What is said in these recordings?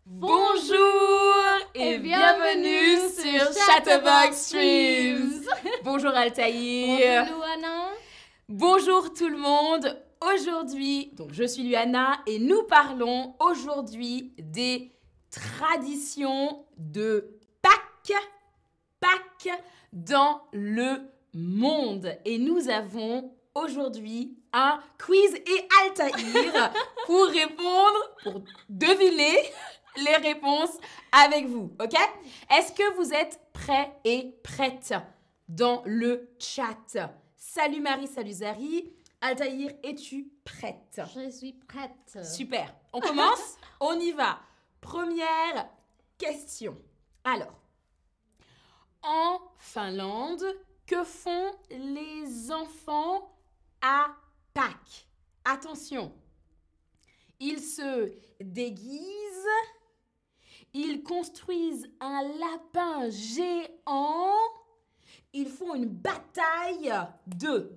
Bonjour et bienvenue sur Chatterbox Streams. Bonjour Altaïr. Bonjour Luana. Bonjour tout le monde. Aujourd'hui, donc je suis Luana et nous parlons aujourd'hui des traditions de Pâques dans le monde. Et nous avons aujourd'hui un quiz et Altaïr pour deviner les réponses avec vous, ok? Est-ce que vous êtes prêts et prêtes dans le chat? Salut Marie, salut Zari. Altaïr, es-tu prête? Je suis prête. Super. On commence? On y va. Première question. Alors, en Finlande, que font les enfants à Pâques? Attention, ils se déguisent, ils construisent un lapin géant, ils font une bataille d'œufs.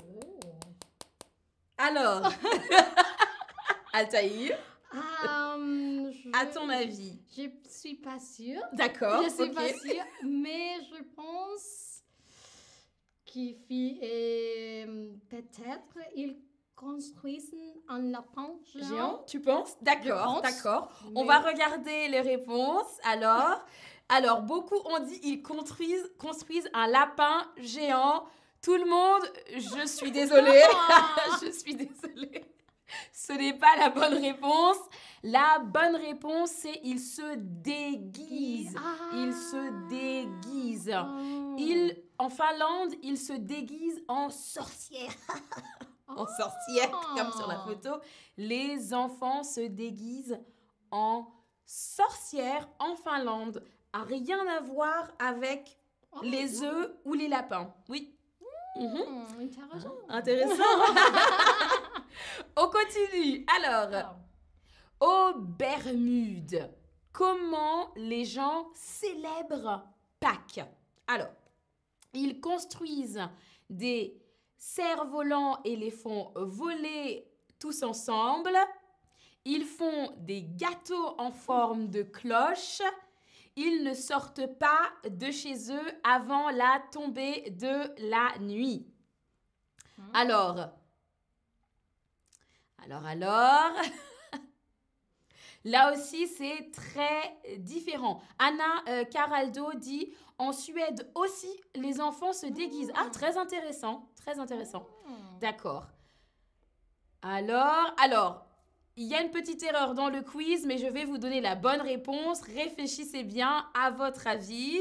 Alors, Altaïr, à ton avis? Je suis pas sûre. D'accord, Je suis ok. pas sûre, mais je pense qu'il peut-être ils construisent un lapin géant. Géant, tu penses? D'accord, Je pense, d'accord. On mais- va regarder les réponses. Alors, beaucoup ont dit ils construisent un lapin géant. Tout le monde, je suis désolée. Je suis désolée. Ce n'est pas la bonne réponse. La bonne réponse, c'est ils se déguisent. Ils se déguisent. En Finlande, ils se déguisent en sorcières. En sorcières, comme sur la photo. Les enfants se déguisent en sorcières en Finlande. A rien à voir avec les œufs ou les lapins. Oui. Intéressant. Intéressant. On continue. Alors, aux Bermudes, comment les gens célèbrent Pâques? Alors, ils construisent des cerfs-volants et les font voler tous ensemble. Ils font des gâteaux en forme de cloche. Ils ne sortent pas de chez eux avant la tombée de la nuit. Alors. Là aussi, c'est très différent. Anna Caraldo dit « En Suède aussi, les enfants se déguisent. » Ah, très intéressant, très intéressant. D'accord. Alors, il y a une petite erreur dans le quiz, mais je vais vous donner la bonne réponse. Réfléchissez bien à votre avis.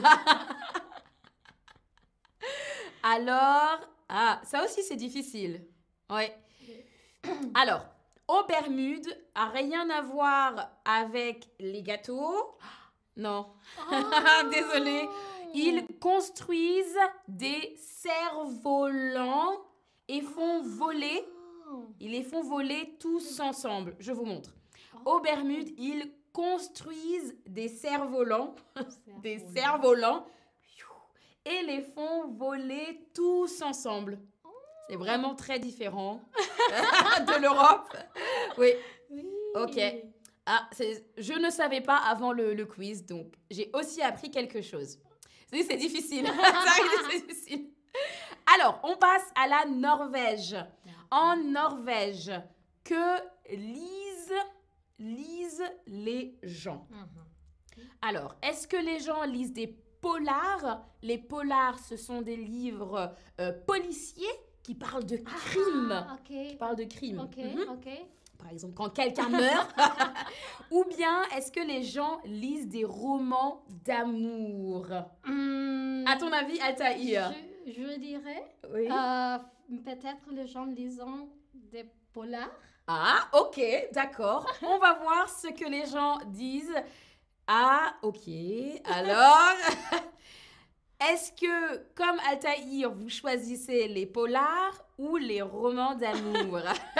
Alors, ça aussi c'est difficile. Ouais. Alors, aux Bermudes, a rien à voir avec les gâteaux. Non. Désolée. Ils construisent des cerfs-volants et ils les font voler tous ensemble. Je vous montre. Aux Bermudes, ils construisent des cerfs-volants. Des cerfs-volants. Et les font voler tous ensemble. C'est vraiment très différent de l'Europe. Oui. Ok. Je ne savais pas avant le quiz, donc j'ai aussi appris quelque chose. Oui, c'est difficile. C'est difficile. Alors, on passe à la Norvège. En Norvège, que lisent les gens? Alors, est-ce que les gens lisent des polars? Les polars, ce sont des livres policiers qui parlent de crimes. Qui parlent de crimes. Ok. Par exemple, quand quelqu'un meurt. Ou bien, est-ce que les gens lisent des romans d'amour? À ton avis, Altaïr? Je dirais, Oui. peut-être les gens lisant des polars. Ah, ok, d'accord. On va voir ce que les gens disent. Ah, ok. Alors, est-ce que, comme Altaïr, vous choisissez les polars ou les romans d'amour?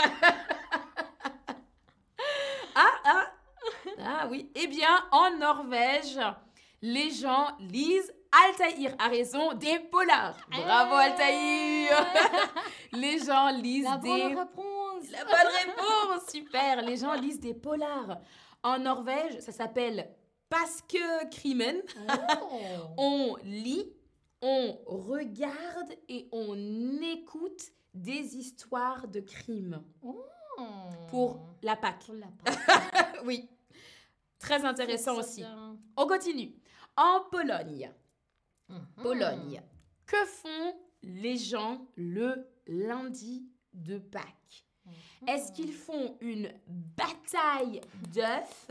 Ah oui. Eh bien, en Norvège, les gens lisent, Altaïr a raison, des polars. Bravo Altaïr. Les gens lisent La bonne des réponse. La bonne réponse, super. Les gens lisent des polars. En Norvège, ça s'appelle Paskekrimen. Oh. On lit, on regarde et on écoute des histoires de crimes Oh. pour la Pâque. Pour la Pâque. Oui, très intéressant C'est aussi. bien. On continue. En Pologne, Mhm. Pologne, que font les gens le lundi de Pâques? Est-ce qu'ils font une bataille d'œufs?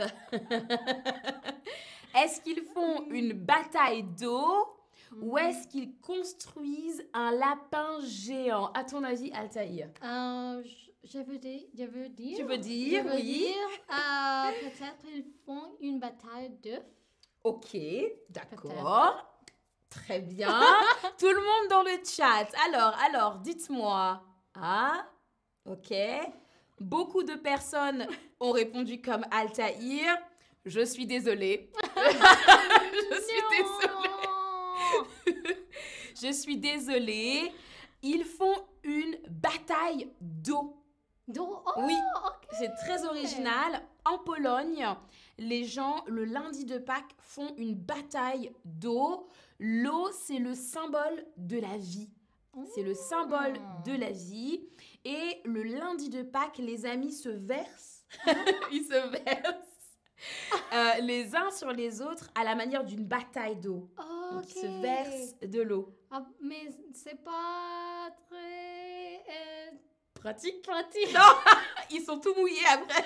Est-ce qu'ils font une bataille d'eau? Ou est-ce qu'ils construisent un lapin géant? À ton avis, Altaïr? Je veux dire. Tu veux dire, Je veux oui. dire, peut-être ils font une bataille d'œufs. Ok, d'accord. Très bien. Tout le monde dans le chat. Alors, dites-moi. Ah, ok. Beaucoup de personnes ont répondu comme Altaïr. Je suis désolée. Je suis désolée. Je suis désolée. Ils font une bataille d'eau. Oh, Oui, ok. c'est très original. En Pologne, les gens, le lundi de Pâques, font une bataille d'eau. L'eau, c'est le symbole de la vie. C'est le symbole de la vie. Et le lundi de Pâques, les amis se versent. Ils se versent les uns sur les autres à la manière d'une bataille d'eau. Donc, ils se versent de l'eau. Ah, mais c'est pas très Pratique. pratique. Non, ils sont tout mouillés après.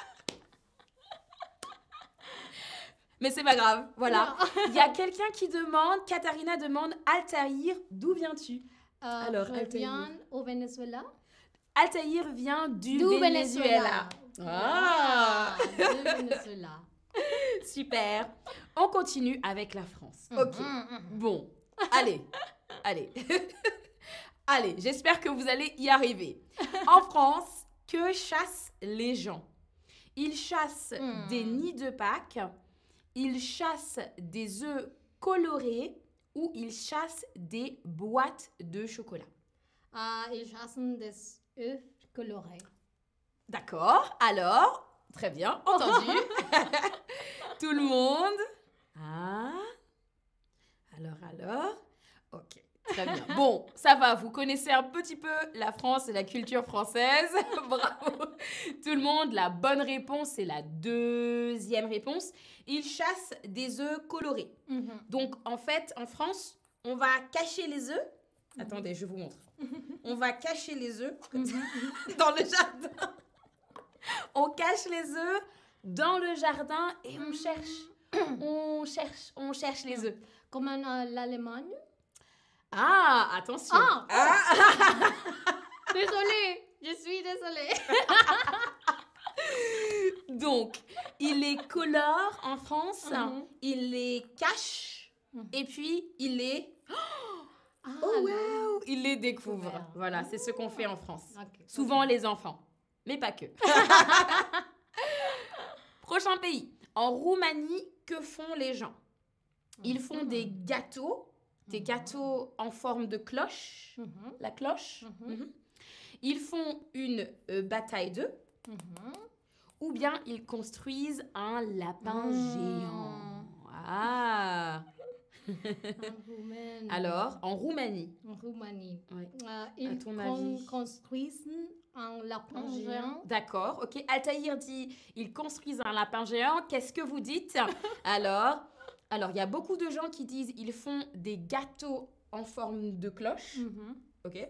Mais c'est pas grave, voilà. Il y a quelqu'un qui demande, Katharina demande, Altaïr, d'où viens-tu? Alors, je Altaïr. viens au Venezuela. Altaïr vient du Du Venezuela. Ah, Du Venezuela. super. On continue avec la France. Ok. Bon, allez. Allez, j'espère que vous allez y arriver. En France, que chassent les gens? Ils chassent des nids de Pâques, ils chassent des œufs colorés ou ils chassent des boîtes de chocolat. Ils chassent des œufs colorés. D'accord, alors, très bien, entendu. Tout le monde. Ah, alors, ok. Très bien. Bon, ça va, vous connaissez un petit peu la France et la culture française. Bravo. Tout le monde, la bonne réponse, c'est la deuxième réponse. Ils chassent des œufs colorés. Donc, en fait, en France, on va cacher les œufs. Attendez, je vous montre. On va cacher les œufs dans le jardin. On cache les œufs dans le jardin et on cherche les œufs. Comme l'Allemagne. Ah, attention. Désolée, je suis désolée. Donc, il les colore en France, il les cache et puis il les... wow, il les découvre. Voilà, c'est ce qu'on fait en France. Souvent les enfants, mais pas que. Prochain pays. En Roumanie, que font les gens? Ils font des gâteaux en forme de cloche. La cloche. Ils font une bataille d'œufs. Ou bien ils construisent un lapin géant. Ah. Alors, en Roumanie. Ouais. Ils ton avis? construisent un lapin géant. D'accord, ok. Altaïr dit, ils construisent un lapin géant. Qu'est-ce que vous dites? Alors, il y a beaucoup de gens qui disent, ils font des gâteaux en forme de cloche. Ok.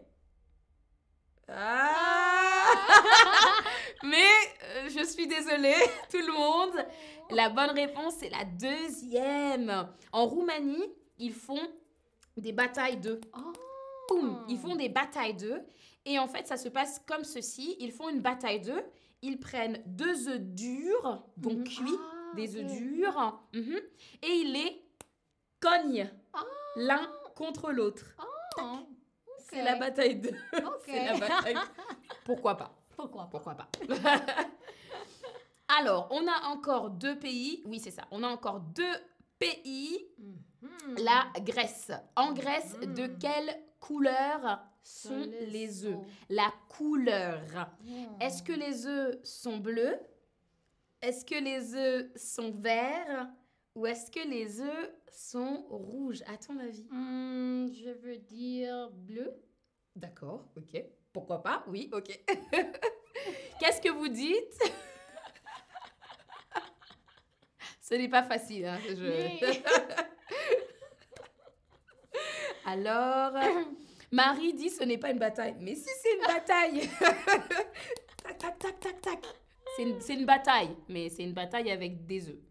Mais je suis désolée, tout le monde. La bonne réponse, c'est la deuxième. En Roumanie, ils font des batailles d'œufs. Boum, ils font des batailles d'œufs. Et en fait, ça se passe comme ceci. Ils font une bataille d'œufs. Ils prennent 2 œufs durs, donc cuits, des œufs durs. Et ils les cognent l'un contre l'autre. C'est la bataille d'œufs. C'est la bataille. Pourquoi pas? Pourquoi pas? Alors, on a encore 2 pays. Oui, c'est ça. On a encore 2 pays. La Grèce. En Grèce, de quelle couleur sont les œufs? La couleur. Est-ce que les œufs sont bleus? Est-ce que les œufs sont verts? Ou est-ce que les œufs sont rouges, à ton avis? Je veux dire bleu. D'accord, ok. Pourquoi pas? Oui, ok. Qu'est-ce que vous dites? Ce n'est pas facile, hein. Alors, Marie dit ce n'est pas une bataille. Mais si, c'est une bataille. Tac, tac, tac, tac, tac. C'est une bataille, mais c'est une bataille avec des œufs.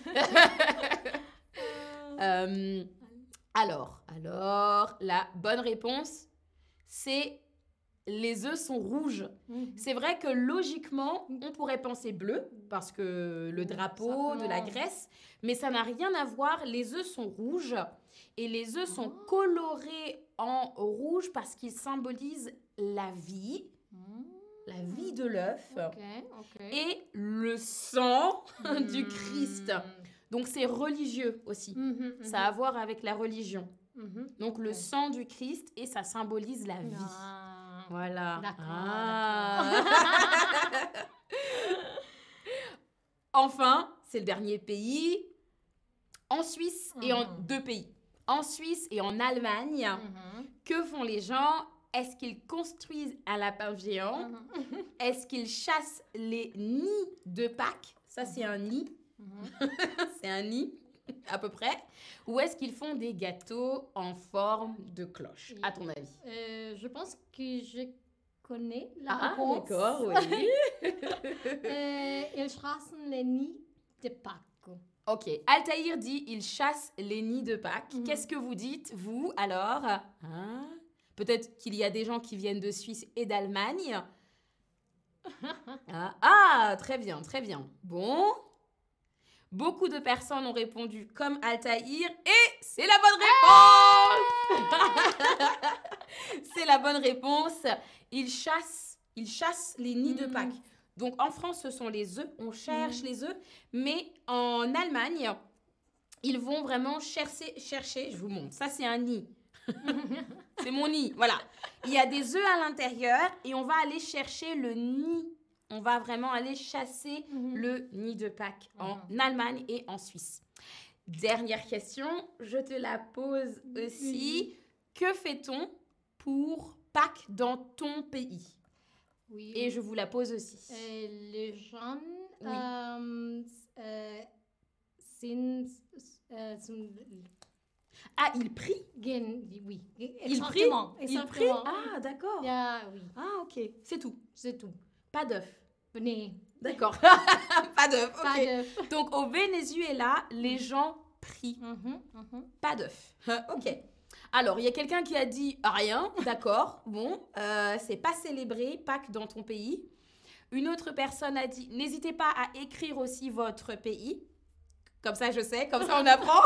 Alors, la bonne réponse, c'est les œufs sont rouges. C'est vrai que logiquement, on pourrait penser bleu, parce que le drapeau de la Grèce, mais ça n'a rien à voir. Les œufs sont rouges et les œufs sont colorés en rouge parce qu'ils symbolisent la vie de l'œuf et le sang du Christ. Donc, c'est religieux aussi. Ça a à voir avec la religion. Donc, le sang du Christ et ça symbolise la vie. Voilà. D'accord. Enfin, c'est le dernier pays. En Suisse et en 2 pays. En Suisse et en Allemagne, que font les gens? Est-ce qu'ils construisent un lapin géant? Est-ce qu'ils chassent les nids de Pâques? Ça, c'est un nid. C'est un nid, à peu près. Ou est-ce qu'ils font des gâteaux en forme de cloche, à ton avis? Je pense que je connais la réponse. D'accord, oui. Ils chassent les nids de Pâques. Ok, Altaïr dit il chasse les nids de Pâques. Qu'est-ce que vous dites, vous, alors? Peut-être qu'il y a des gens qui viennent de Suisse et d'Allemagne. Très bien, très bien. Bon. Beaucoup de personnes ont répondu comme Altaïr et c'est la bonne réponse. C'est la bonne réponse. Ils chassent les nids de Pâques. Donc en France, ce sont les œufs. On cherche les œufs. Mais en Allemagne, ils vont vraiment chercher. Je vous montre. Ça, c'est un nid. C'est mon nid. Voilà. Il y a des œufs à l'intérieur et on va aller chercher le nid. On va vraiment aller chasser le nid de Pâques en Allemagne et en Suisse. Dernière question, je te la pose aussi. Que fait-on pour Pâques dans ton pays? Oui. Et je vous la pose aussi. Les gens ils prient? Oui. Ils prient? Ils prient? Ah, d'accord. Oui. Ah, ok. C'est tout. C'est tout. Pas d'œuf. Venez. D'accord. Pas d'œuf. Ok. Pas d'œuf. Donc, au Venezuela, les gens prient. Pas d'œuf. Ok. Alors, il y a quelqu'un qui a dit rien. D'accord. Bon, c'est pas célébré Pâques dans ton pays. Une autre personne a dit n'hésitez pas à écrire aussi votre pays. Comme ça, je sais. Comme ça, on apprend.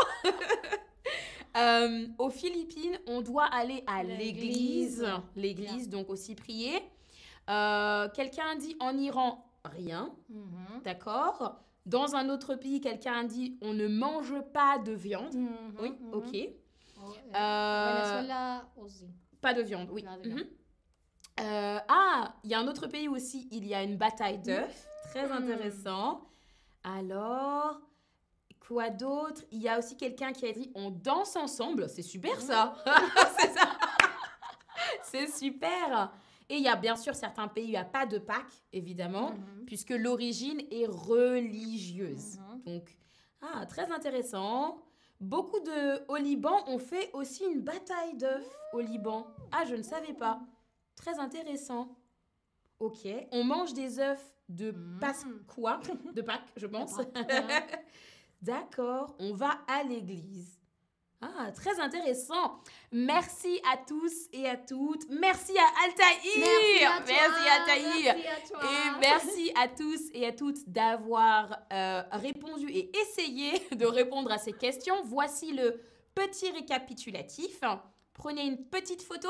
Aux Philippines, on doit aller à l'église. L'église, donc aussi prier. Quelqu'un a dit en Iran, rien. D'accord. Dans un autre pays, quelqu'un a dit on ne mange pas de viande. Oui, ok. Venezuela aussi. Pas de viande, oui. Il y a un autre pays aussi, il y a une bataille d'œufs. Très intéressant. Alors, quoi d'autre? Il y a aussi quelqu'un qui a dit on danse ensemble. C'est super ça. C'est ça. C'est super. Et il y a bien sûr certains pays où il n'y a pas de Pâques, évidemment, puisque l'origine est religieuse. Donc, très intéressant. Beaucoup au Liban, on fait aussi une bataille d'œufs au Liban. Ah, je ne savais pas. Très intéressant. Ok. On mange des œufs de Pasqua, de Pâques, je pense. D'accord. On va à l'église. Très intéressant. Merci à tous et à toutes. Merci à Altaïr. Merci à Altaïr. Merci à toi. Et merci à tous et à toutes d'avoir répondu et essayé de répondre à ces questions. Voici le petit récapitulatif. Prenez une petite photo.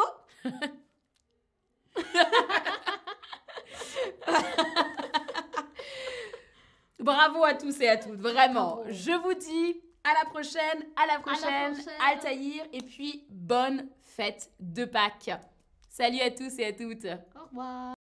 Bravo à tous et à toutes, vraiment. Bravo. Je vous dis à la prochaine, Altaïr, et puis bonne fête de Pâques. Salut à tous et à toutes. Au revoir.